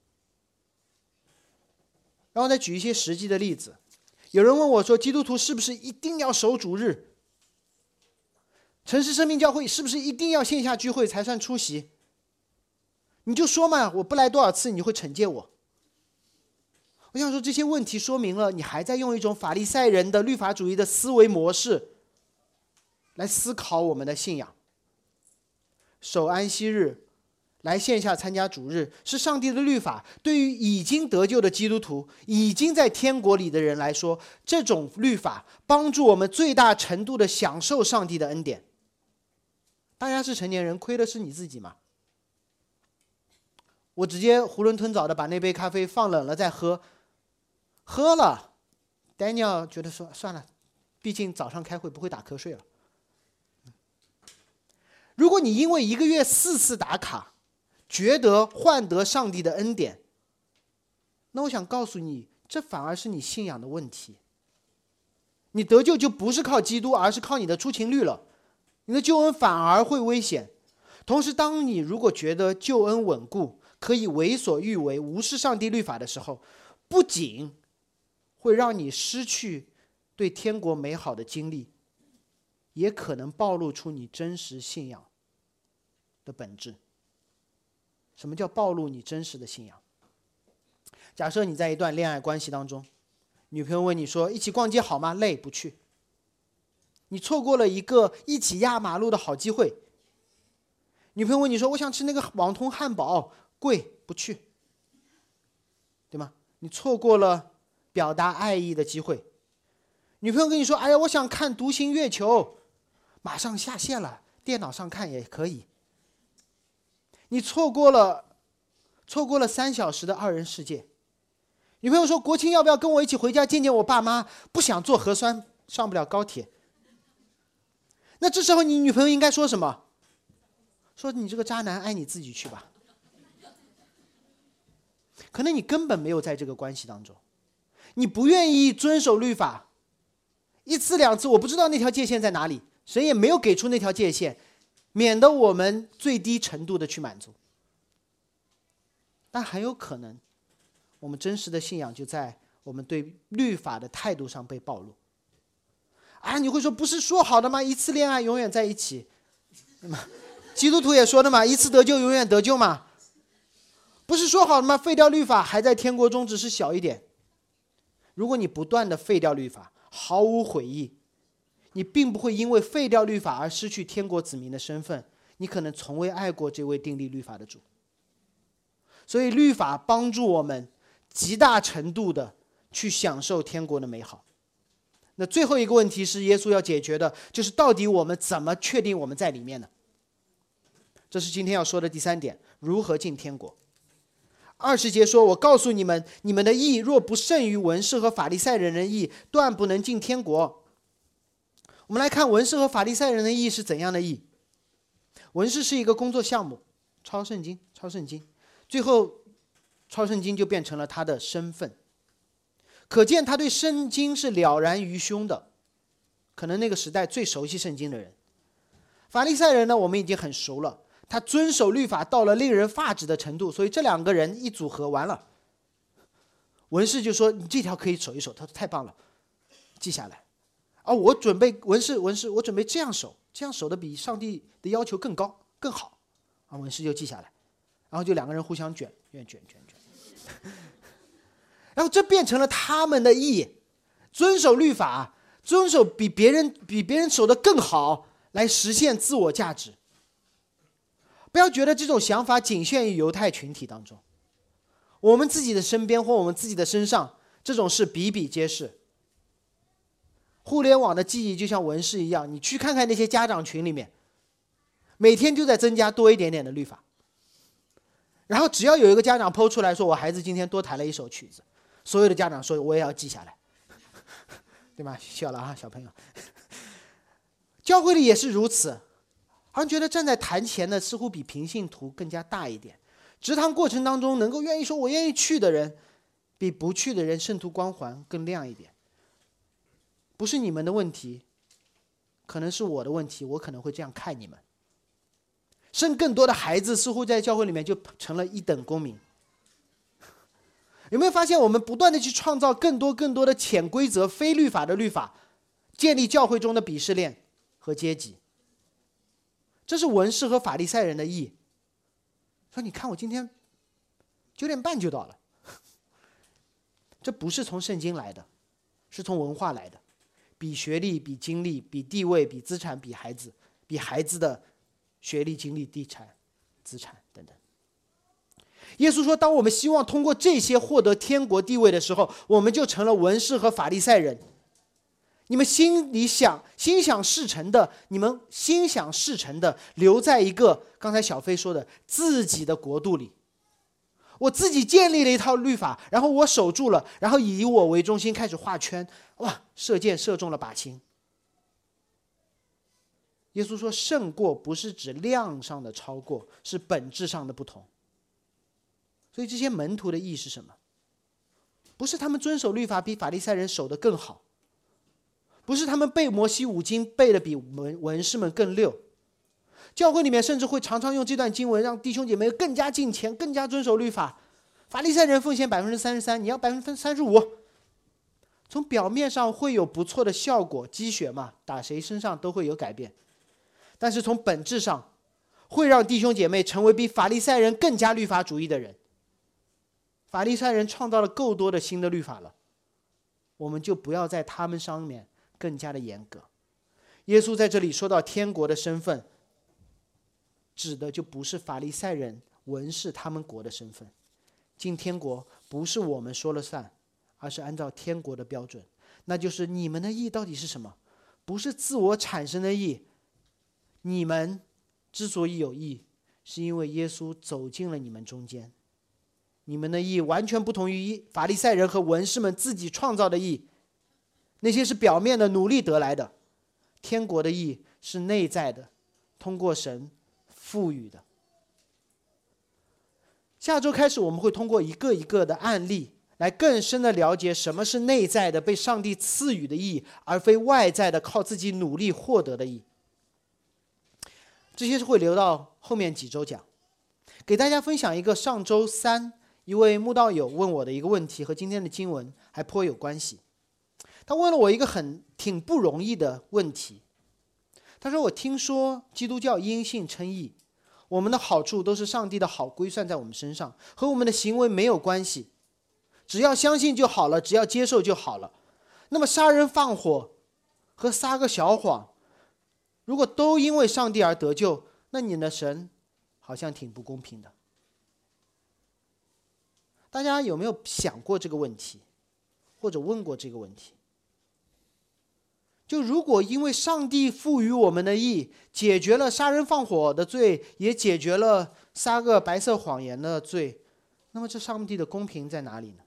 然后再举一些实际的例子。有人问我说，基督徒是不是一定要守主日？城市生命教会是不是一定要线下聚会才算出席？你就说嘛，我不来多少次你会惩戒我。我想说，这些问题说明了你还在用一种法利赛人的律法主义的思维模式来思考我们的信仰。守安息日，来线下参加主日，是上帝的律法。对于已经得救的基督徒，已经在天国里的人来说，这种律法帮助我们最大程度的享受上帝的恩典。大家是成年人，亏的是你自己嘛。我直接囫囵吞枣的把那杯咖啡放冷了再喝，喝了 Daniel 觉得说算了，毕竟早上开会不会打瞌睡了。如果你因为1个月4次打卡觉得换得上帝的恩典，那我想告诉你，这反而是你信仰的问题。你得救就不是靠基督，而是靠你的出勤率了，你的救恩反而会危险。同时，当你如果觉得救恩稳固，可以为所欲为，无视上帝律法的时候，不仅会让你失去对天国美好的经历，也可能暴露出你真实信仰的本质。什么叫暴露你真实的信仰？假设你在一段恋爱关系当中，女朋友问你说一起逛街好吗？累，不去。你错过了一个一起压马路的好机会。女朋友问你说我想吃那个网红汉堡，贵，不去，对吗？你错过了表达爱意的机会。女朋友跟你说，哎呀，我想看独行月球，马上下线了，电脑上看也可以。你错过了3小时的2人世界。女朋友说，国庆要不要跟我一起回家见见我爸妈？不想做核酸，上不了高铁。那这时候你女朋友应该说什么？说你这个渣男，爱你自己去吧。可能你根本没有在这个关系当中，你不愿意遵守律法，1次2次，我不知道那条界限在哪里，神也没有给出那条界限，免得我们最低程度的去满足。但很有可能我们真实的信仰就在我们对律法的态度上被暴露。你会说，不是说好的吗？1次恋爱永远在一起，基督徒也说的嘛，1次得救永远得救嘛。不是说好的吗？废掉律法还在天国中只是小一点。如果你不断的废掉律法，毫无悔意，你并不会因为废掉律法而失去天国子民的身份，你可能从未爱过这位订立律法的主。所以律法帮助我们极大程度的去享受天国的美好。那最后一个问题是耶稣要解决的，就是到底我们怎么确定我们在里面呢？ 这是今天要说的第3点，如何进天国。20节说，我告诉你们，你们的义若不胜于文士和法利赛人的义，断不能进天国。我们来看文士和法利赛人的义是怎样的义。文士是一个工作项目，抄圣经，最后抄圣经就变成了他的身份，可见他对圣经是了然于胸的，可能那个时代最熟悉圣经的人。法利赛人呢，我们已经很熟了，他遵守律法到了令人发指的程度，所以这2个人一组合完了。文士就说，你这条可以守一守，他说太棒了，记下来。我准备文士，我准备这样守的比上帝的要求更高更好。文士就记下来，然后就2个人互相卷。然后这变成了他们的义，遵守律法，遵守比别人守得更好，来实现自我价值。不要觉得这种想法仅限于犹太群体当中，我们自己的身边或我们自己的身上，这种事比比皆是。互联网的记忆就像文士一样，你去看看那些家长群里面，每天就在增加多一点点的律法。然后只要有一个家长抛出来说，我孩子今天多弹了一首曲子，所有的家长说我也要记下来，对吗？笑了啊，小朋友。教会里也是如此，好像觉得站在坛前的似乎比平信徒更加大一点。职堂过程当中能够愿意说我愿意去的人，比不去的人圣徒光环更亮一点。不是你们的问题，可能是我的问题，我可能会这样看你们。生更多的孩子似乎在教会里面就成了一等公民。有没有发现我们不断的去创造更多的潜规则、非律法的律法，建立教会中的鄙视链和阶级？这是文士和法利赛人的义。说你看我今天9点半就到了，这不是从圣经来的，是从文化来的。比学历，比经历，比地位，比资产，比孩子的学历、经历、地产、资产等等。耶稣说，当我们希望通过这些获得天国地位的时候，我们就成了文士和法利赛人。你们心想事成的留在一个刚才小飞说的自己的国度里。我自己建立了一套律法，然后我守住了，然后以我为中心开始画圈，哇，射箭射中了靶心。耶稣说，胜过不是指量上的超过，是本质上的不同。所以这些门徒的义是什么？不是他们遵守律法比法利赛人守得更好，不是他们背摩西5经背得比文士们更溜。教会里面甚至会常常用这段经文让弟兄姐妹更加敬虔，更加遵守律法。法利赛人奉献33%，你要35%。从表面上会有不错的效果，积雪嘛，打谁身上都会有改变。但是从本质上，会让弟兄姐妹成为比法利赛人更加律法主义的人。法利赛人创造了够多的新的律法了，我们就不要在他们上面更加的严格。耶稣在这里说到天国的身份，指的就不是法利赛人文士他们国的身份。进天国不是我们说了算，而是按照天国的标准，那就是你们的义到底是什么？不是自我产生的义。你们之所以有义，是因为耶稣走进了你们中间。你们的义完全不同于法利赛人和文士们自己创造的义，那些是表面的努力得来的。天国的义是内在的，通过神赋予的。下周开始，我们会通过一个一个的案例，来更深的了解什么是内在的被上帝赐予的义，而非外在的靠自己努力获得的义。这些是会留到后面几周讲。给大家分享一个上周三一位慕道友问我的一个问题，和今天的经文还颇有关系。他问了我一个挺不容易的问题。他说，我听说基督教因信称义，我们的好处都是上帝的好归算在我们身上，和我们的行为没有关系，只要相信就好了，只要接受就好了。那么杀人放火和撒个小谎，如果都因为上帝而得救，那你的神好像挺不公平的。大家有没有想过这个问题，或者问过这个问题？ 就如果因为上帝赋予我们的义，解决了杀人放火的罪，也解决了撒个白色谎言的罪，那么这上帝的公平在哪里呢？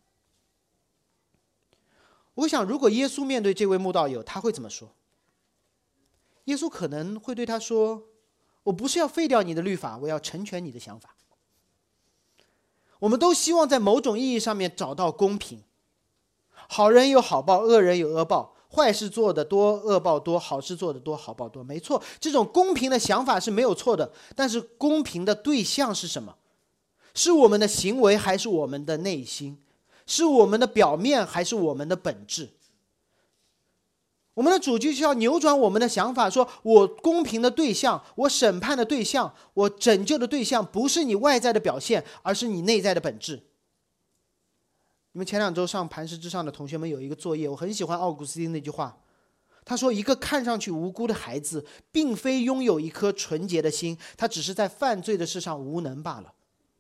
我想，如果耶稣面对这位慕道友，他会怎么说？耶稣可能会对他说：我不是要废掉你的律法，我要成全你的想法。我们都希望在某种意义上面找到公平，好人有好报，恶人有恶报，坏事做得多，恶报多；好事做得多，好报多。没错，这种公平的想法是没有错的，但是公平的对象是什么？是我们的行为还是我们的内心？是我们的表面还是我们的本质？我们的主就是要扭转我们的想法，说我公平的对象，我审判的对象，我拯救的对象，不是你外在的表现，而是你内在的本质。你们前2周上磐石之上的同学们有一个作业，我很喜欢奥古斯丁那句话，他说一个看上去无辜的孩子并非拥有一颗纯洁的心，他只是在犯罪的事上无能罢了。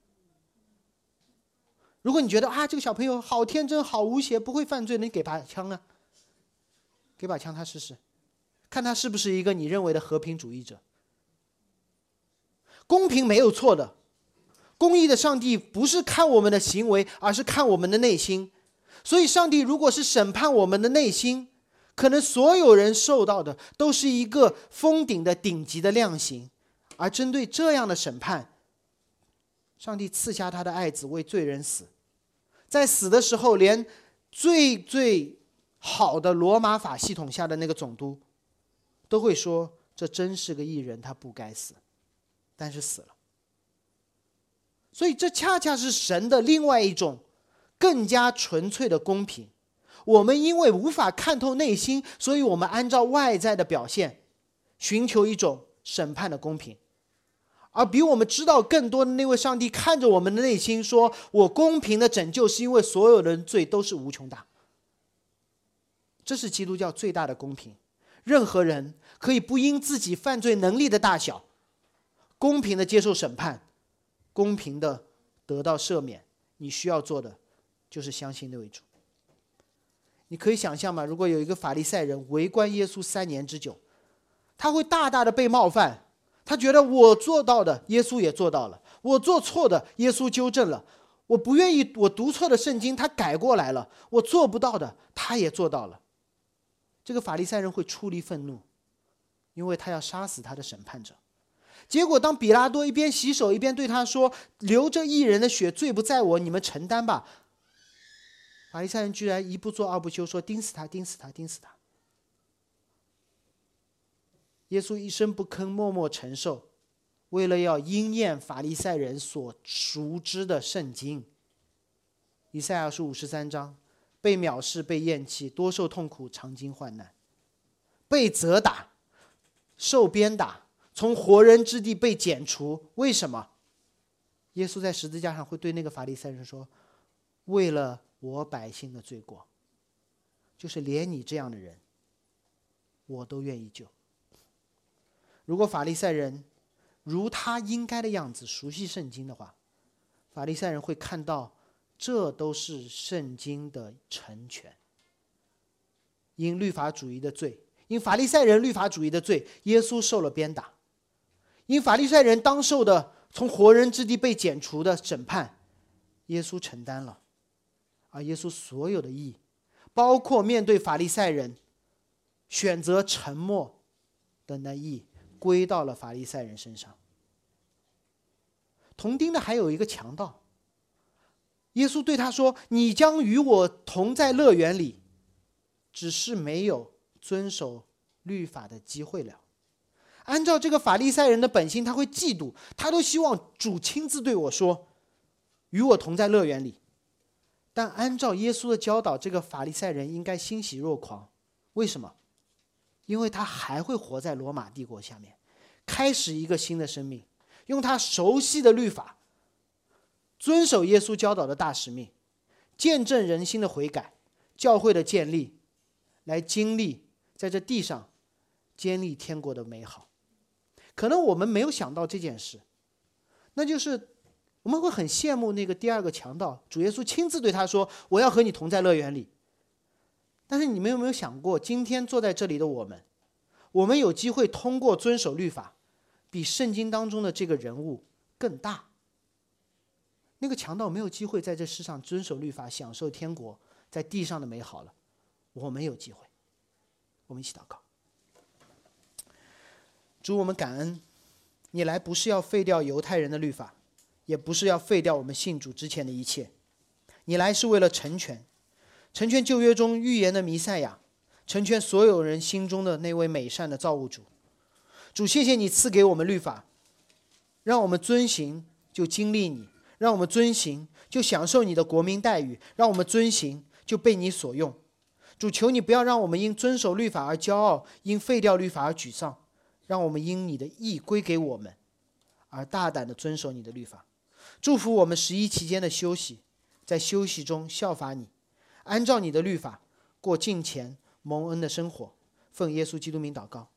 如果你觉得这个小朋友好天真好无邪，不会犯罪，你给把枪啊，给把枪他试试，看他是不是一个你认为的和平主义者。公平没有错的，公义的上帝不是看我们的行为，而是看我们的内心。所以上帝如果是审判我们的内心，可能所有人受到的都是一个封顶的顶级的量刑。而针对这样的审判，上帝赐下他的爱子为罪人死，在死的时候，连最好的罗马法系统下的那个总督都会说，这真是个义人，他不该死，但是死了。所以这恰恰是神的另外一种更加纯粹的公平。我们因为无法看透内心，所以我们按照外在的表现寻求一种审判的公平。而比我们知道更多的那位上帝看着我们的内心，说我公平的拯救是因为所有人罪都是无穷大。这是基督教最大的公平，任何人可以不因自己犯罪能力的大小，公平的接受审判，公平的得到赦免。你需要做的就是相信那位主。你可以想象吗？如果有一个法利赛人围观耶稣3年之久，他会大大的被冒犯。他觉得我做到的耶稣也做到了，我做错的耶稣纠正了，我不愿意我读错的圣经他改过来了，我做不到的他也做到了。这个法利赛人会出离愤怒，因为他要杀死他的审判者。结果当比拉多一边洗手一边对他说，流着义人的血，罪不在我，你们承担吧，法利赛人居然一不做二不休，说钉死他，钉死他，钉死他。耶稣一声不吭，默默承受，为了要应验法利赛人所熟知的圣经。以赛亚书53章，被藐视，被厌弃，多受痛苦，常经患难，被责打，受鞭打，从活人之地被剪除。为什么？耶稣在十字架上会对那个法利赛人说，为了我百姓的罪过，就是连你这样的人我都愿意救。如果法利赛人如他应该的样子熟悉圣经的话，法利赛人会看到这都是圣经的成全。因律法主义的罪，因法利赛人律法主义的罪，耶稣受了鞭打；因法利赛人当受的从活人之地被剪除的审判，耶稣承担了。而耶稣所有的义，包括面对法利赛人选择沉默的那义，归到了法利赛人身上。同钉的还有一个强盗，耶稣对他说，你将与我同在乐园里，只是没有遵守律法的机会了。按照这个法利赛人的本性，他会嫉妒，他都希望主亲自对我说，与我同在乐园里。但按照耶稣的教导，这个法利赛人应该欣喜若狂。为什么？因为他还会活在罗马帝国下面，开始一个新的生命，用他熟悉的律法，遵守耶稣教导的大使命，见证人心的悔改，教会的建立，来经历在这地上建立天国的美好。可能我们没有想到这件事，那就是我们会很羡慕那个第二个强盗，主耶稣亲自对他说，我要和你同在乐园里。 但是你们有没有想过，今天坐在这里的我们有机会通过遵守律法，比圣经当中的这个人物更大。那个强盗没有机会在这世上遵守律法，享受天国在地上的美好了，我们有机会。我们一起祷告。主，我们感恩你来不是要废掉犹太人的律法，也不是要废掉我们信主之前的一切，你来是为了成全旧约中预言的弥赛亚，成全所有人心中的那位美善的造物主。主，谢谢你赐给我们律法，让我们遵行就经历你，让我们遵行就享受你的国民待遇，让我们遵行就被你所用。主，求你不要让我们因遵守律法而骄傲，因废掉律法而沮丧，让我们因你的义归给我们而大胆地遵守你的律法。祝福我们11期间的休息，在休息中效法你，按照你的律法过敬虔蒙恩的生活。奉耶稣基督名祷告，